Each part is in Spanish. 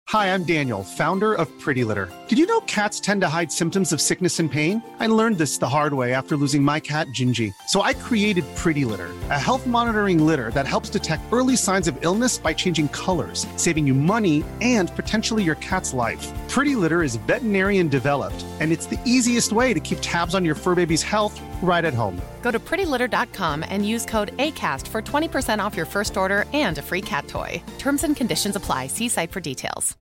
Hi, I'm Daniel, founder of Pretty Litter. Did you know cats tend to hide symptoms of sickness and pain? I learned this the hard way after losing my cat, Gingy. So I created Pretty Litter, a health monitoring litter that helps detect early signs of illness by changing colors, saving you money and potentially your cat's life. Pretty Litter is veterinarian developed, and it's the easiest way to keep tabs on your fur baby's health right at home. Go to prettylitter.com and use code ACAST for 20% off your first order and a free cat toy. Terms and conditions apply. See site for details.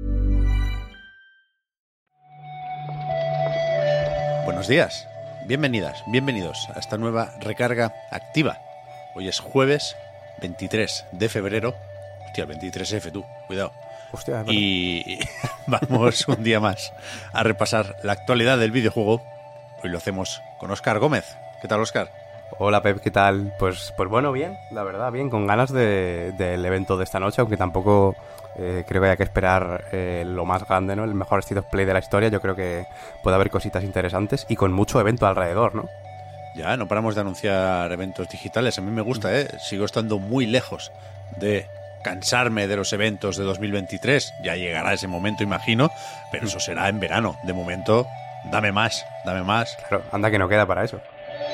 Buenos días, bienvenidas, bienvenidos a esta nueva recarga activa. Hoy es jueves 23 de febrero. Hostia, el 23F tú, cuidado. Hostia, y vamos un día más a repasar la actualidad del videojuego. Hoy lo hacemos con Óscar Gómez. ¿Qué tal, Óscar? Hola, Pep, ¿qué tal? Pues bueno, bien, la verdad, bien, con ganas del evento de esta noche, aunque tampoco creo que haya que esperar lo más grande, ¿no? El mejor State of Play de la historia. Yo creo que puede haber cositas interesantes y con mucho evento alrededor, ¿no? Ya, no paramos de anunciar eventos digitales. A mí me gusta, Sigo estando muy lejos de cansarme de los eventos de 2023. Ya llegará ese momento, imagino, pero eso será en verano. De momento, dame más, dame más. Claro, anda que no queda para eso.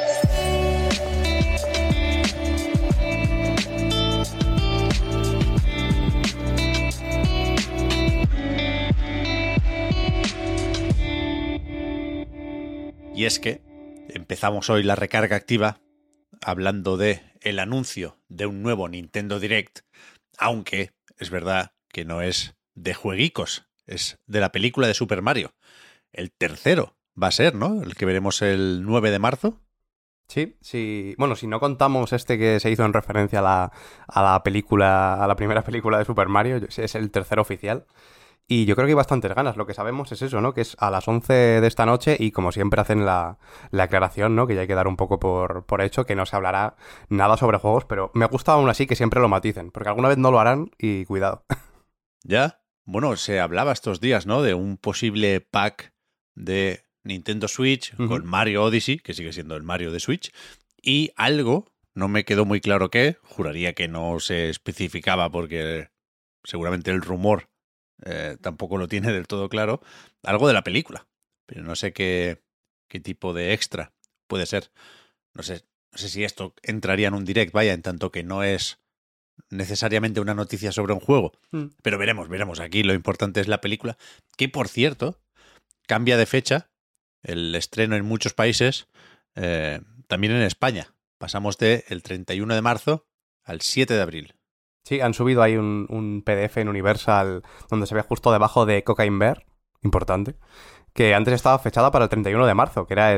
Y es que empezamos hoy la recarga activa hablando de el anuncio de un nuevo Nintendo Direct, aunque es verdad que no es de jueguicos, es de la película de Super Mario. El tercero va a ser, ¿no? El que veremos el 9 de marzo. Sí. Bueno, si no contamos este que se hizo en referencia a la película, a la primera película de Super Mario, es el tercero oficial. Y yo creo que hay bastantes ganas. Lo que sabemos es eso, ¿no? Que es a las 11 de esta noche y como siempre hacen la aclaración, ¿no? Que ya hay que dar un poco por hecho, que no se hablará nada sobre juegos, pero me gusta aún así que siempre lo maticen, porque alguna vez no lo harán y cuidado. Ya, bueno, se hablaba estos días, ¿no? De un posible pack de Nintendo Switch con Mario Odyssey, que sigue siendo el Mario de Switch, y algo, no me quedó muy claro qué, juraría que no se especificaba porque seguramente el rumor tampoco lo tiene del todo claro, algo de la película, pero no sé qué tipo de extra puede ser. No sé si esto entraría en un direct, vaya, en tanto que no es necesariamente una noticia sobre un juego, pero veremos. Aquí lo importante es la película, que por cierto cambia de fecha el estreno en muchos países, también en España. Pasamos del 31 de marzo al 7 de abril. Sí, han subido ahí un PDF en Universal donde se ve justo debajo de Cocaine Bear, importante, que antes estaba fechada para el 31 de marzo, que era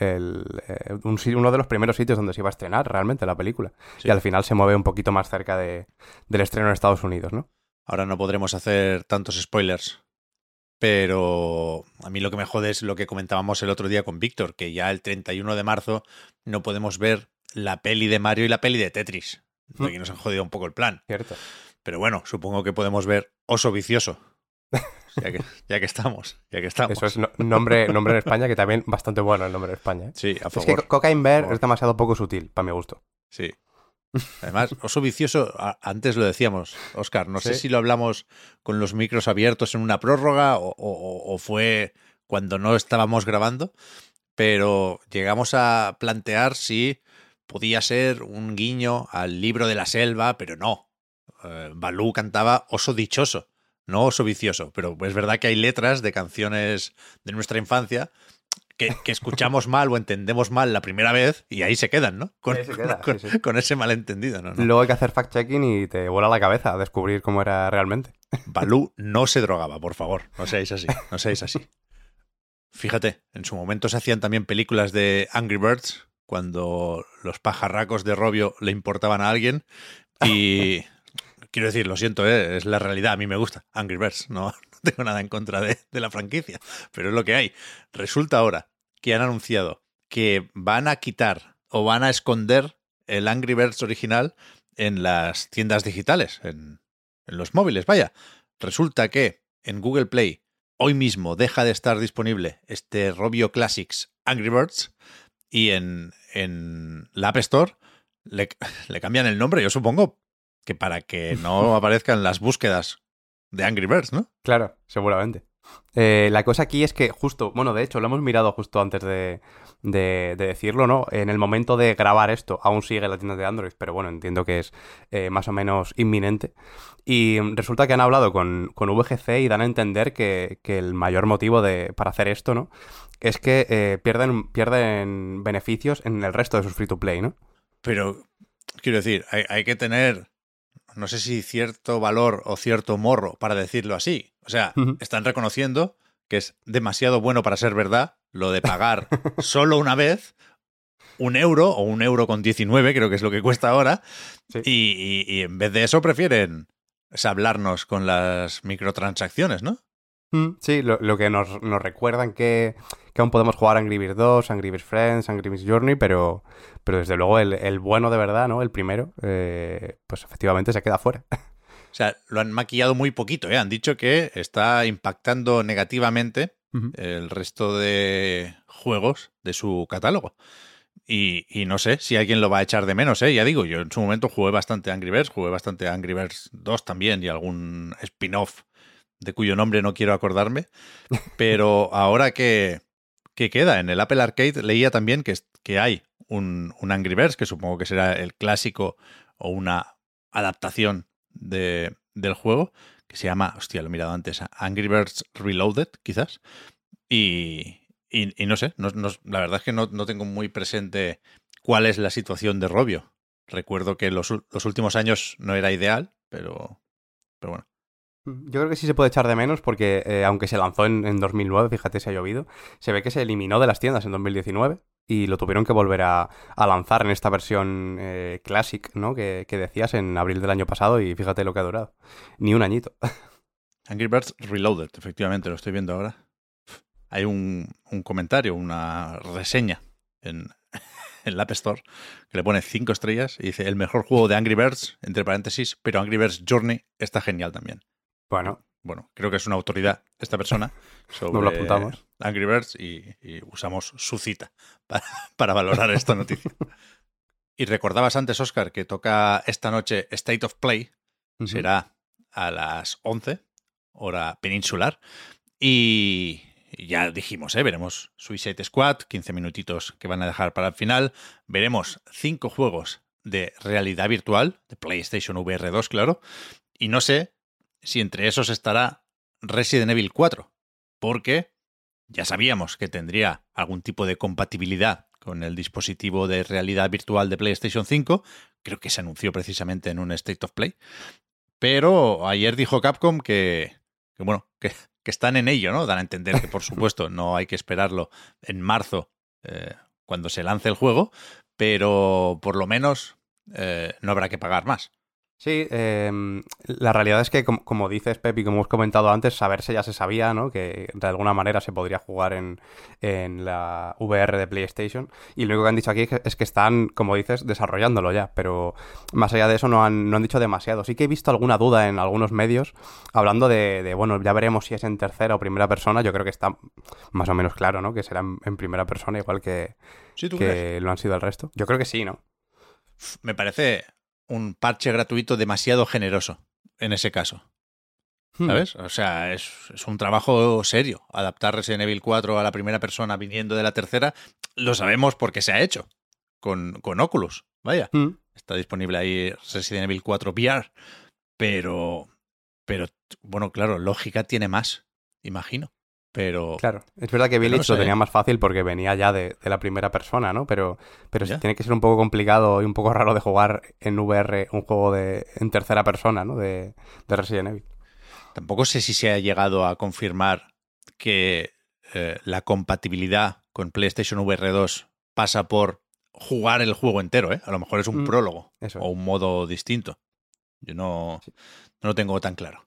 uno de los primeros sitios donde se iba a estrenar realmente la película. Sí. Y al final se mueve un poquito más cerca del estreno en Estados Unidos, ¿no? Ahora no podremos hacer tantos spoilers, pero a mí lo que me jode es lo que comentábamos el otro día con Víctor, que ya el 31 de marzo no podemos ver la peli de Mario y la peli de Tetris. Aquí nos han jodido un poco el plan. Cierto. Pero bueno, supongo que podemos ver Oso Vicioso. Ya que estamos. Eso es nombre en España, que también bastante bueno el nombre en España, ¿eh? Sí, a favor. Es que Cocaine Bear es demasiado poco sutil, para mi gusto. Sí. Además, Oso Vicioso, antes lo decíamos, Óscar, no sé si lo hablamos con los micros abiertos en una prórroga o fue cuando no estábamos grabando, pero llegamos a plantear si podía ser un guiño al libro de la selva, pero no. Balú cantaba Oso Dichoso, no Oso Vicioso, pero es verdad que hay letras de canciones de nuestra infancia que escuchamos mal o entendemos mal la primera vez y ahí se quedan, ¿no? Con ese malentendido, ¿no? Luego hay que hacer fact-checking y te vuela la cabeza a descubrir cómo era realmente. Balú no se drogaba, por favor, no seáis así. Fíjate, en su momento se hacían también películas de Angry Birds, cuando los pajarracos de Robio le importaban a alguien y quiero decir, lo siento, es la realidad, a mí me gusta Angry Birds, no tengo nada en contra de la franquicia, pero es lo que hay. Resulta ahora que han anunciado que van a quitar o van a esconder el Angry Birds original en las tiendas digitales, en los móviles, vaya. Resulta que en Google Play hoy mismo deja de estar disponible este Robio Classics Angry Birds y en la App Store le cambian el nombre, yo supongo que para que no aparezcan las búsquedas de Angry Birds, ¿no? Claro, seguramente. La cosa aquí es que justo, bueno, de hecho, lo hemos mirado justo antes de decirlo, ¿no? En el momento de grabar esto, aún sigue la tienda de Android, pero bueno, entiendo que es más o menos inminente. Y resulta que han hablado con VGC y dan a entender que el mayor motivo para hacer esto, ¿no? Es que pierden beneficios en el resto de sus free-to-play, ¿no? Pero, quiero decir, hay que tener, no sé si cierto valor o cierto morro para decirlo así. O sea, están reconociendo que es demasiado bueno para ser verdad lo de pagar solo una vez €1 o €1,19, creo que es lo que cuesta ahora, Sí. y en vez de eso prefieren sablarnos con las microtransacciones, ¿no? Sí, lo que nos recuerdan que aún podemos jugar Angry Birds 2, Angry Birds Friends, Angry Birds Journey, pero desde luego el bueno de verdad, ¿no? El primero, pues efectivamente se queda fuera. O sea, lo han maquillado muy poquito, ¿eh? Han dicho que está impactando negativamente el resto de juegos de su catálogo. Y no sé si alguien lo va a echar de menos, ¿eh? Ya digo, yo en su momento jugué bastante Angry Birds, jugué bastante Angry Birds 2 también y algún spin-off de cuyo nombre no quiero acordarme. Pero ahora que queda en el Apple Arcade, leía también que hay un Angry Birds, que supongo que será el clásico o una adaptación del juego, que se llama, hostia, lo he mirado antes, Angry Birds Reloaded, quizás. Y no sé, la verdad es que no tengo muy presente cuál es la situación de Rovio. Recuerdo que los últimos años no era ideal, pero bueno. Yo creo que sí se puede echar de menos porque, aunque se lanzó en 2009, fíjate si ha llovido, se ve que se eliminó de las tiendas en 2019 y lo tuvieron que volver a lanzar en esta versión Classic, ¿no? Que decías en abril del año pasado y fíjate lo que ha durado. Ni un añito. Angry Birds Reloaded, efectivamente, lo estoy viendo ahora. Hay un comentario, una reseña en la App Store que le pone 5 estrellas y dice: el mejor juego de Angry Birds, entre paréntesis, pero Angry Birds Journey está genial también. Bueno, creo que es una autoridad esta persona sobre Nos lo apuntamos. Angry Birds y usamos su cita para valorar esta noticia. Y recordabas antes, Óscar, que toca esta noche State of Play. Será a las 11, hora peninsular. Y ya dijimos, veremos Suicide Squad, 15 minutitos que van a dejar para el final. Veremos 5 juegos de realidad virtual, de PlayStation VR 2, claro. Y no sé si entre esos estará Resident Evil 4, porque ya sabíamos que tendría algún tipo de compatibilidad con el dispositivo de realidad virtual de PlayStation 5. Creo que se anunció precisamente en un State of Play. Pero ayer dijo Capcom que están en ello, ¿no? Dan a entender que, por supuesto, no hay que esperarlo en marzo, cuando se lance el juego, pero por lo menos no habrá que pagar más. Sí, la realidad es que, como dices, Pep, y como hemos comentado antes, saberse ya se sabía, ¿no? Que de alguna manera se podría jugar en la VR de PlayStation. Y lo único que han dicho aquí es que están, como dices, desarrollándolo ya. Pero más allá de eso no han dicho demasiado. Sí que he visto alguna duda en algunos medios hablando de bueno, ya veremos si es en tercera o primera persona. Yo creo que está más o menos claro, ¿no? Que será en primera persona, igual que, ¿Sí, tú que crees? lo han sido el resto. Yo creo que sí, ¿no? Me parece un parche gratuito demasiado generoso en ese caso. ¿Sabes? O sea, es un trabajo serio. Adaptar Resident Evil 4 a la primera persona viniendo de la tercera, lo sabemos porque se ha hecho con Oculus. Vaya, está disponible ahí Resident Evil 4 VR. Pero, bueno, claro, lógica tiene más, imagino. Pero claro, es verdad que Village lo tenía más fácil porque venía ya de la primera persona, ¿no? Pero sí, tiene que ser un poco complicado y un poco raro de jugar en VR un juego en tercera persona, ¿no? De Resident Evil. Tampoco sé si se ha llegado a confirmar que la compatibilidad con PlayStation VR 2 pasa por jugar el juego entero, ¿eh? A lo mejor es un prólogo o un modo distinto. Yo no lo tengo tan claro.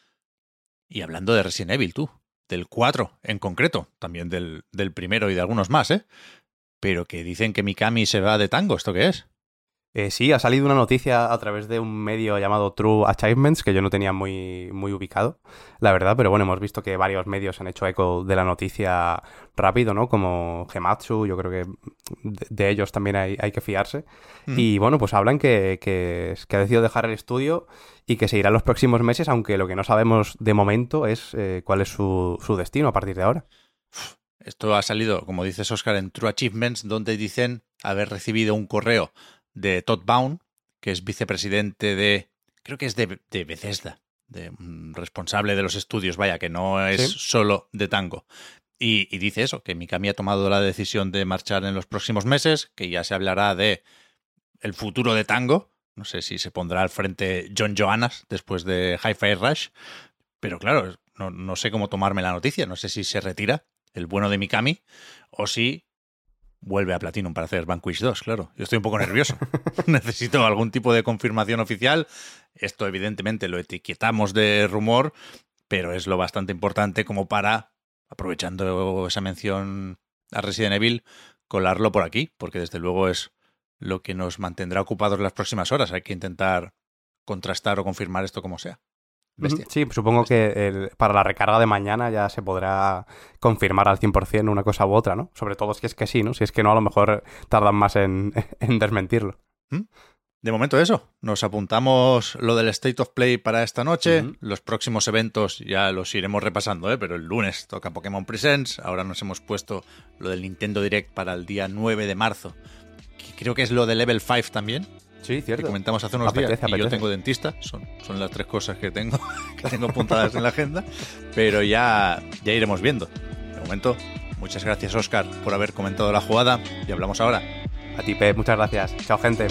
Y hablando de Resident Evil, tú, del 4 en concreto, también del primero y de algunos más, ¿eh? Pero que dicen que Mikami se va de tango, ¿esto qué es? Sí, ha salido una noticia a través de un medio llamado True Achievements, que yo no tenía muy ubicado, la verdad, pero bueno, hemos visto que varios medios han hecho eco de la noticia rápido, ¿no? Como Gematsu, yo creo que de ellos también hay que fiarse. Y bueno, pues hablan que ha decidido dejar el estudio y que seguirá los próximos meses, aunque lo que no sabemos de momento es cuál es su destino a partir de ahora. Esto ha salido, como dices, Óscar, en True Achievements, donde dicen haber recibido un correo de Todd Baun, que es vicepresidente creo que es de Bethesda, responsable de los estudios, vaya, que no es solo de Tango. Y dice eso, que Mikami ha tomado la decisión de marchar en los próximos meses, que ya se hablará de el futuro de Tango. No sé si se pondrá al frente John Johannes después de Hi-Fi Rush, pero claro, no sé cómo tomarme la noticia, no sé si se retira el bueno de Mikami o si vuelve a Platinum para hacer Vanquish 2, claro. Yo estoy un poco nervioso. Necesito algún tipo de confirmación oficial. Esto evidentemente lo etiquetamos de rumor, pero es lo bastante importante como para, aprovechando esa mención a Resident Evil, colarlo por aquí, porque desde luego es lo que nos mantendrá ocupados las próximas horas. Hay que intentar contrastar o confirmar esto como sea. Bestia. Sí, supongo que para la recarga de mañana ya se podrá confirmar al 100% una cosa u otra, ¿no? Sobre todo si es que sí, ¿no? Si es que no, a lo mejor tardan más en desmentirlo. De momento eso. Nos apuntamos lo del State of Play para esta noche. Los próximos eventos ya los iremos repasando, pero el lunes toca Pokémon Presents. Ahora nos hemos puesto lo del Nintendo Direct para el día 9 de marzo. Que creo que es lo de Level 5 también. Sí, cierto. Que comentamos hace unos días. Y yo tengo dentista. Son las 3 cosas que tengo apuntadas en la agenda. Pero ya iremos viendo. De momento, muchas gracias, Óscar, por haber comentado la jugada. Y hablamos ahora. A ti, Pep, muchas gracias. Chao, gente.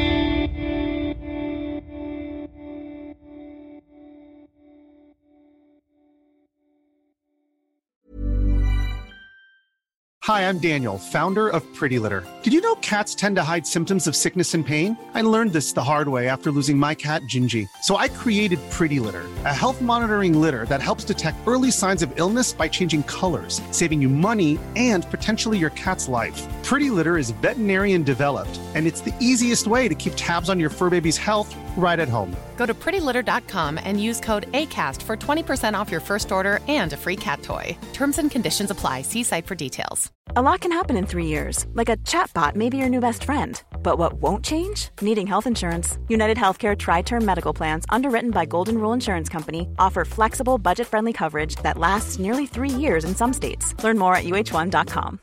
Hi, I'm Daniel, founder of Pretty Litter. Did you know cats tend to hide symptoms of sickness and pain? I learned this the hard way after losing my cat, Gingy. So I created Pretty Litter, a health monitoring litter that helps detect early signs of illness by changing colors, saving you money and potentially your cat's life. Pretty Litter is veterinarian developed, and it's the easiest way to keep tabs on your fur baby's health right at home. Go to prettylitter.com and use code ACAST for 20% off your first order and a free cat toy. Terms and conditions apply. See site for details. A lot can happen in 3 years, like a chatbot may be your new best friend. But what won't change? Needing health insurance. United Healthcare Tri-Term Medical Plans, underwritten by Golden Rule Insurance Company, offer flexible, budget-friendly coverage that lasts nearly 3 years in some states. Learn more at uh1.com.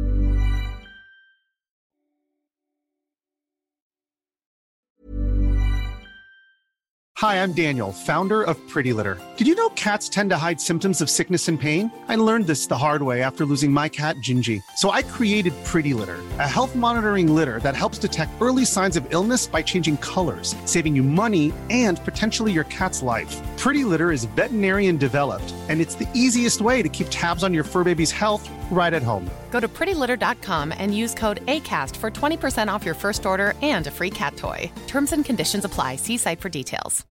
Hi, I'm Daniel, founder of Pretty Litter. Did you know cats tend to hide symptoms of sickness and pain? I learned this the hard way after losing my cat, Gingy. So I created Pretty Litter, a health monitoring litter that helps detect early signs of illness by changing colors, saving you money and potentially your cat's life. Pretty Litter is veterinarian developed, and it's the easiest way to keep tabs on your fur baby's health right at home. Go to prettylitter.com and use code ACAST for 20% off your first order and a free cat toy. Terms and conditions apply. See site for details.